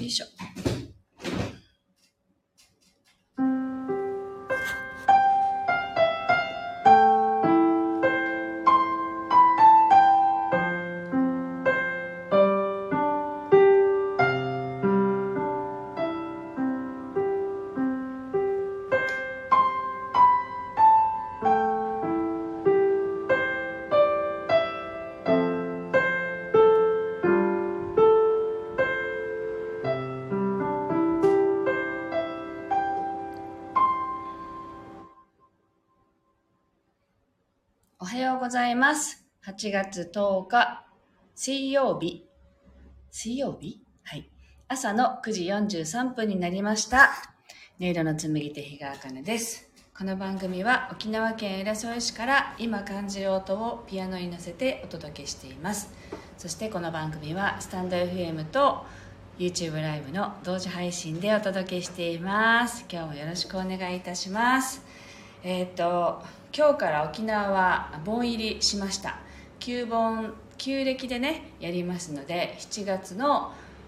いしょ。おはようございます。8月10日、水曜日はい。朝の9時43分になりました。音色の紡手日川茜です。この番組は沖縄県浦添市から今感じる音をピアノに乗せてお届けしています。そしてこの番組はスタンド FM と YouTube ライブの同時配信でお届けしています。今日もよろしくお願いいたします。今日から沖縄は盆入りしました。旧暦でねやりますので、7月の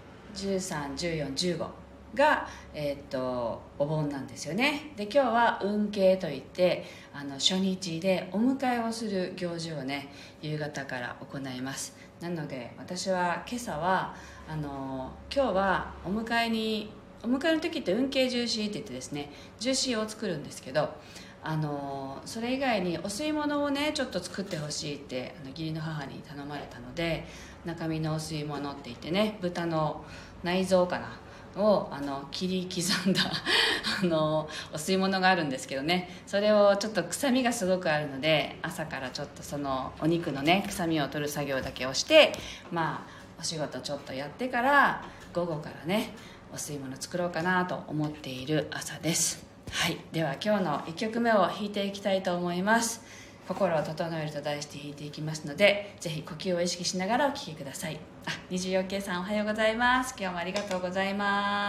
13、14、15が、お盆なんですよね。で今日は運慶といって初日でお迎えをする行事をね夕方から行います。なので私は今朝は今日はお迎えの時って運慶重視って言ってですね、重視を作るんですけど、それ以外にお吸い物をねちょっと作ってほしいって義理の母に頼まれたので、中身のお吸い物って言ってね、豚の内臓かなを切り刻んだお吸い物があるんですけどね、それをちょっと臭みがすごくあるので、朝からちょっとそのお肉のね臭みを取る作業だけをして、お仕事ちょっとやってから午後からねお吸い物作ろうかなと思っている朝です。はい、では今日の1曲目を弾いていきたいと思います。心を整えると題して弾いていきますので、ぜひ呼吸を意識しながらお聴きください。虹よけさんおはようございます。今日もありがとうございます。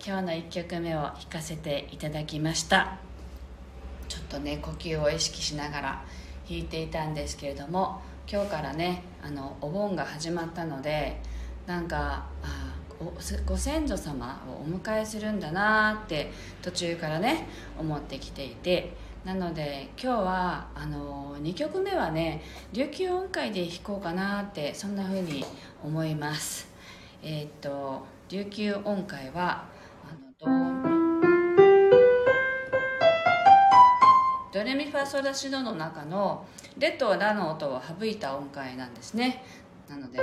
今日の1曲目を弾かせていただきました。ちょっとね呼吸を意識しながら弾いていたんですけれども、今日からねお盆が始まったので、なんかご先祖様をお迎えするんだなって途中からね思ってきていて、なので今日は2曲目はね琉球音階で弾こうかなって、そんな風に思います。琉球音階はドレミファソラシドの中のレとラの音を省いた音階なんですね。なので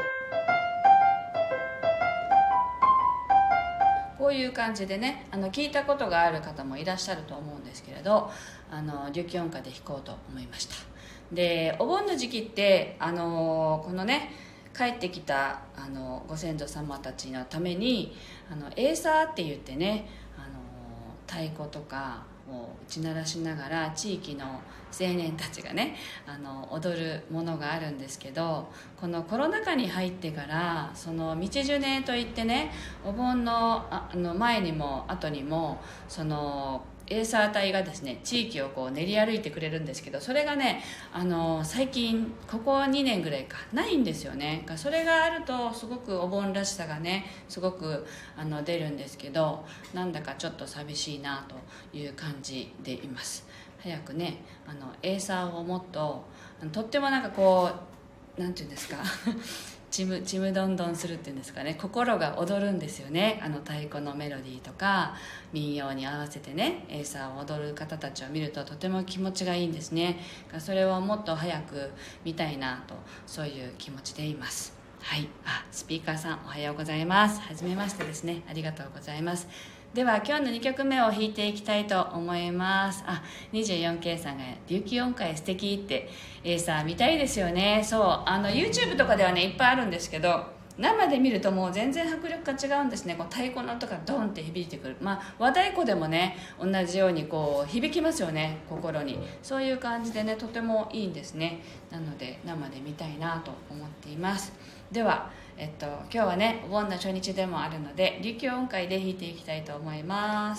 こういう感じでね聞いたことがある方もいらっしゃると思うんですけれど、琉球音階で弾こうと思いました。でお盆の時期ってこのね帰ってきたご先祖様たちのためにエーサーって言ってね太鼓とかを打ち鳴らしながら地域の青年たちがね踊るものがあるんですけど、このコロナ禍に入ってからその道ジュネといってね、お盆の前にも後にもそのエーサー隊がですね地域をこう練り歩いてくれるんですけど、それがね最近ここ2年ぐらいかないんですよね。それがあるとすごくお盆らしさがねすごく出るんですけど、なんだかちょっと寂しいなという感じでいます。早くねエーサーをもっととってもなんかこうなんていうんですかちむどんどんするっていうんですかね、心が躍るんですよね。太鼓のメロディーとか民謡に合わせてねエーサーを踊る方たちを見るととても気持ちがいいんですね。それをもっと早く見たいなと、そういう気持ちでいます。はい、スピーカーさんおはようございます。はじめましてですね、ありがとうございます。では今日の2曲目を弾いていきたいと思います。24K さんが琉球音階素敵ってさ見たいですよね。そうYouTube とかではねいっぱいあるんですけど、生で見るともう全然迫力が違うんですね。こう太鼓の音がドンって響いてくる、和太鼓でもね同じようにこう響きますよね、心に。そういう感じでねとてもいいんですね。なので生で見たいなと思っています。では今日はねお盆の初日でもあるので琉球音階で弾いていきたいと思います。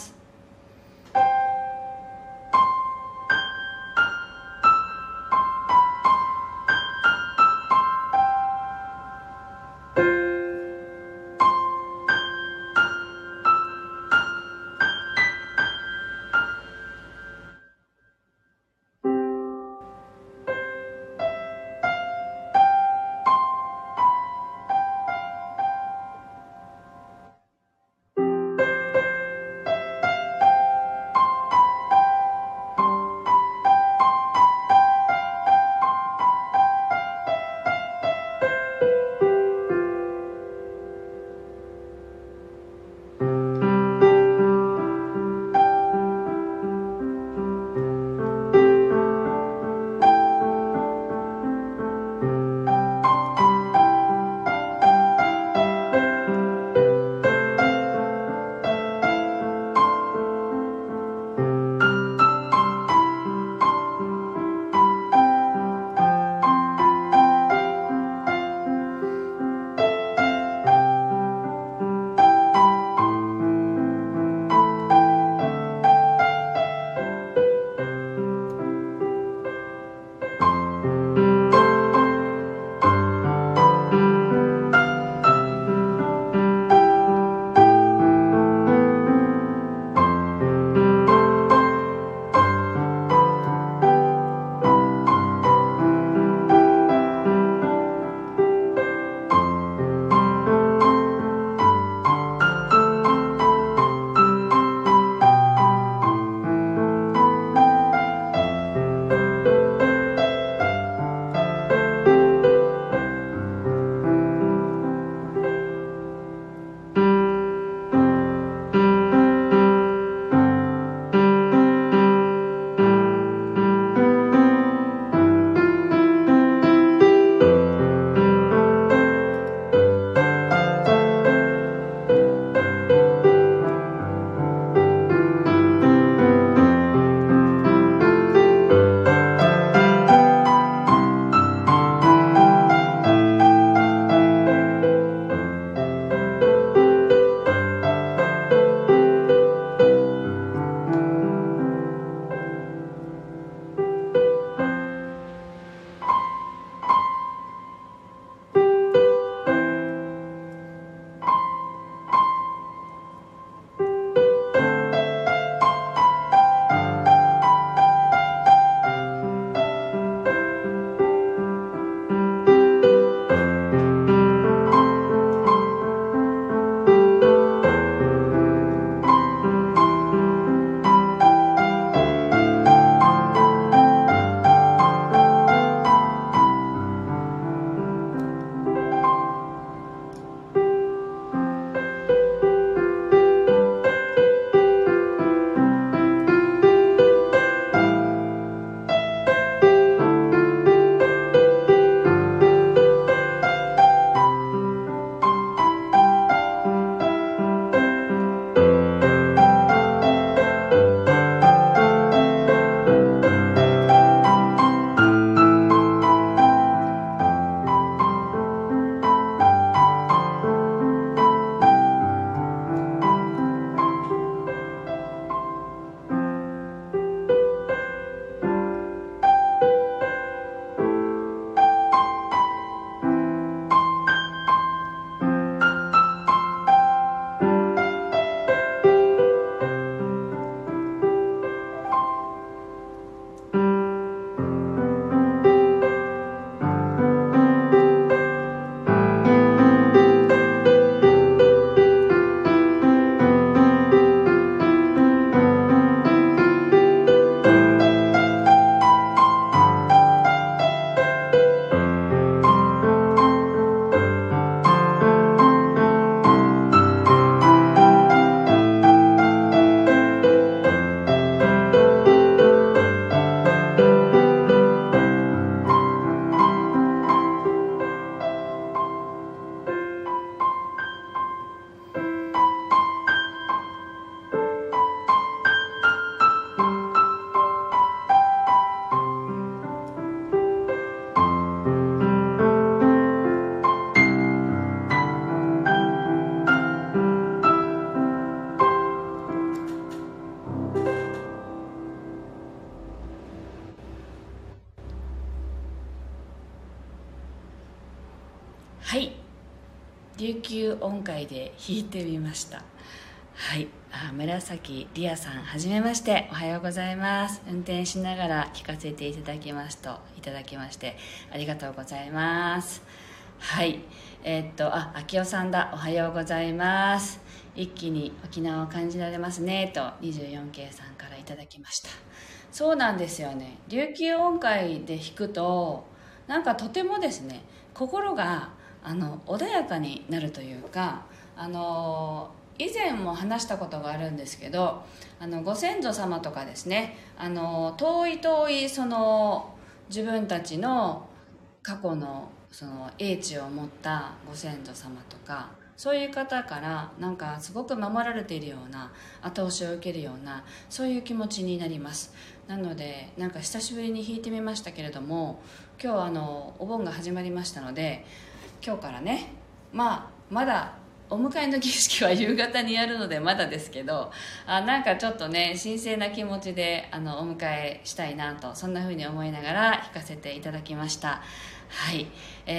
はい琉球音階で弾いてみました。はい、紫りあさん、はじめまして、おはようございます。運転しながら聞かせていただきましてありがとうございます。はい、秋代さんだ、おはようございます。一気に沖縄を感じられますねと 24K さんからいただきました。そうなんですよね、琉球音階で弾くとなんかとてもですね、心が穏やかになるというか、以前も話したことがあるんですけど、ご先祖様とかですね、遠い遠いその自分たちの過去のその英知を持ったご先祖様とか、そういう方からなんかすごく守られているような、後押しを受けるような、そういう気持ちになります。なのでなんか久しぶりに弾いてみましたけれども、今日お盆が始まりましたので、今日からね、まだお迎えの儀式は夕方にやるのでまだですけど、なんかちょっとね、神聖な気持ちでお迎えしたいなと、そんな風に思いながら弾かせていただきました。はい、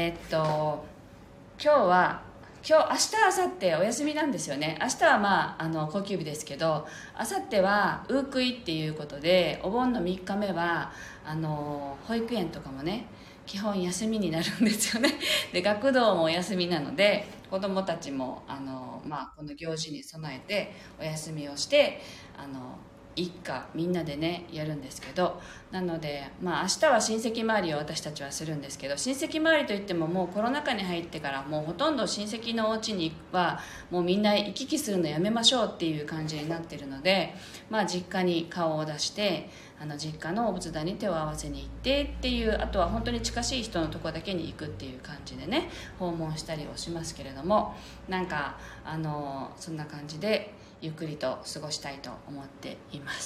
今日明日明後日お休みなんですよね。明日は高級日ですけど、明後日はウークイっていうことで、お盆の3日目は保育園とかもね、基本休みになるんですよね。で、学童もお休みなので、子どもたちもこの行事に備えてお休みをして、一家みんなでねやるんですけど、なので明日は親戚周りを私たちはするんですけど、親戚周りといってももうコロナ禍に入ってからもうほとんど親戚のお家にはもうみんな行き来するのやめましょうっていう感じになってるので、実家に顔を出して実家のお仏壇に手を合わせに行ってっていう、あとは本当に近しい人のとこだけに行くっていう感じでね、訪問したりをしますけれども、なんかそんな感じでゆっくりと過ごしたいと思っています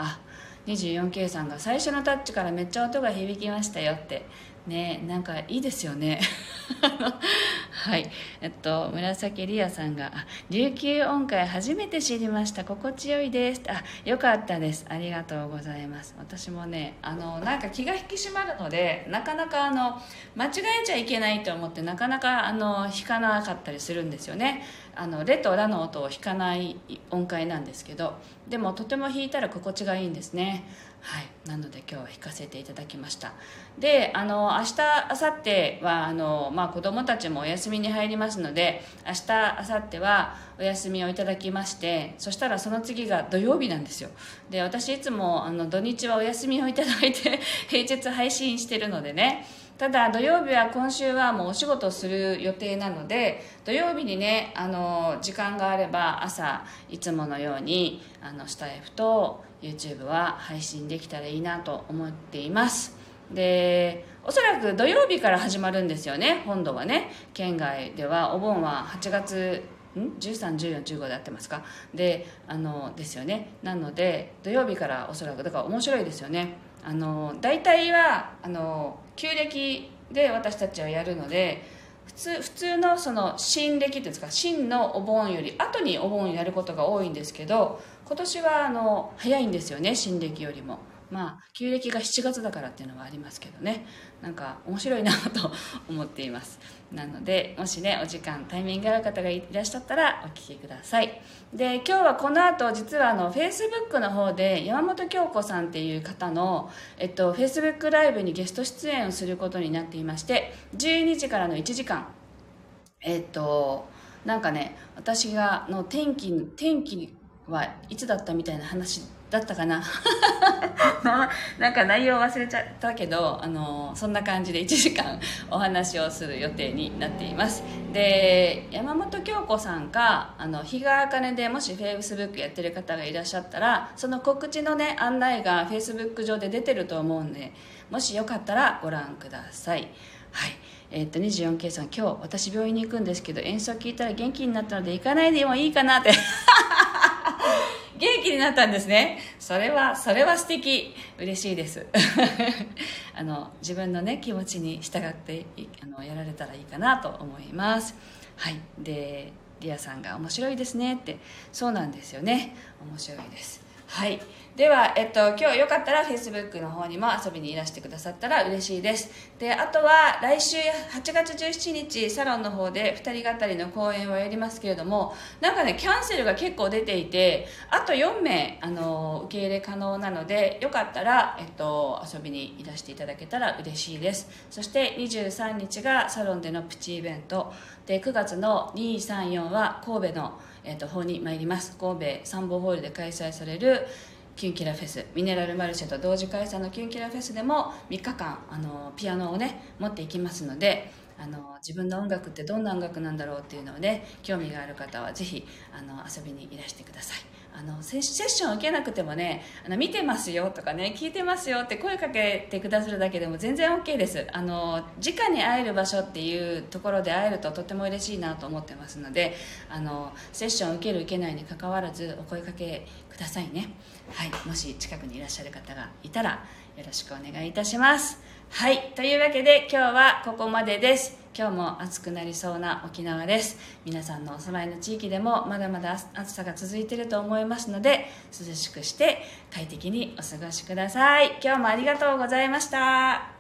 。24K さんが最初のタッチからめっちゃ音が響きましたよってね、なんかいいですよね。はい、紫りあさんが琉球音階初めて知りました、心地よいです。よかったです、ありがとうございます。私もねなんか気が引き締まるので、なかなか間違えちゃいけないと思ってなかなか弾かなかったりするんですよね。レとラの音を弾かない音階なんですけど、でもとても弾いたら心地がいいんですね。はい、なので今日は弾かせていただきました。で明日明後日は子どもたちもお休みに入りますので、明日明後日はお休みをいただきまして、そしたらその次が土曜日なんですよ。で私いつも土日はお休みをいただいて平日配信してるのでね、ただ土曜日は今週はもうお仕事する予定なので、土曜日にね時間があれば朝いつものようにスタイフと YouTube は配信できたらいいなと思っています。でおそらく土曜日から始まるんですよね、本土はね。県外ではお盆は8月13、14、15で合ってますか。でですよね。なので土曜日からおそらく、だから面白いですよね。大体は旧暦で私たちはやるので、普通のその新暦っていうんですか、新のお盆より後にお盆をやることが多いんですけど、今年は早いんですよね、新暦よりも。旧暦が7月だからっていうのはありますけどね、なんか面白いなと思っています。なのでもしねお時間タイミングがある方がいらっしゃったらお聞きください。で今日はこの後実はFacebook の方で山本京子さんっていう方の、Facebook ライブにゲスト出演をすることになっていまして、12時からの1時間なんかね、私が天気はいつだったみたいな話だったかななんか内容忘れちゃったけどそんな感じで1時間お話をする予定になっています。で山本京子さんか日が茜でもし Facebook やってる方がいらっしゃったら、その告知のね案内が Facebook 上で出てると思うんで、もしよかったらご覧ください。はい、24K さん、今日私病院に行くんですけど演奏聞いたら元気になったので行かないでもいいかなって元気になったんですね。それは素敵、嬉しいです自分のね気持ちに従ってやられたらいいかなと思います。はい、でリアさんが面白いですねって、そうなんですよね、面白いです。 はい。では、今日よかったら Facebook の方にも遊びにいらしてくださったら嬉しいです。で、あとは来週8月17日、サロンの方で2人語りの講演をやりますけれども、なんかね、キャンセルが結構出ていて、あと4名、受け入れ可能なので、よかったら、遊びにいらしていただけたら嬉しいです。そして23日がサロンでのプチイベント。で、9月の2、3、4は神戸の、方に参ります。神戸参謀ホールで開催されるキュンキラフェス、ミネラルマルシェと同時開催のキュンキラフェスでも3日間ピアノをね持っていきますので、自分の音楽ってどんな音楽なんだろうっていうのをね、興味がある方はぜひ遊びにいらしてください。セッションを受けなくてもね、見てますよとかね、聞いてますよって声かけてくださるだけでも全然 OK です。直に会える場所っていうところで会えるととても嬉しいなと思ってますので、セッションを受ける受けないに関わらずお声かけくださいね。はい、もし近くにいらっしゃる方がいたらよろしくお願いいたします。はい、というわけで今日はここまでです。今日も暑くなりそうな沖縄です。皆さんのお住まいの地域でもまだまだ暑さが続いていると思いますので、涼しくして快適にお過ごしください。今日もありがとうございました。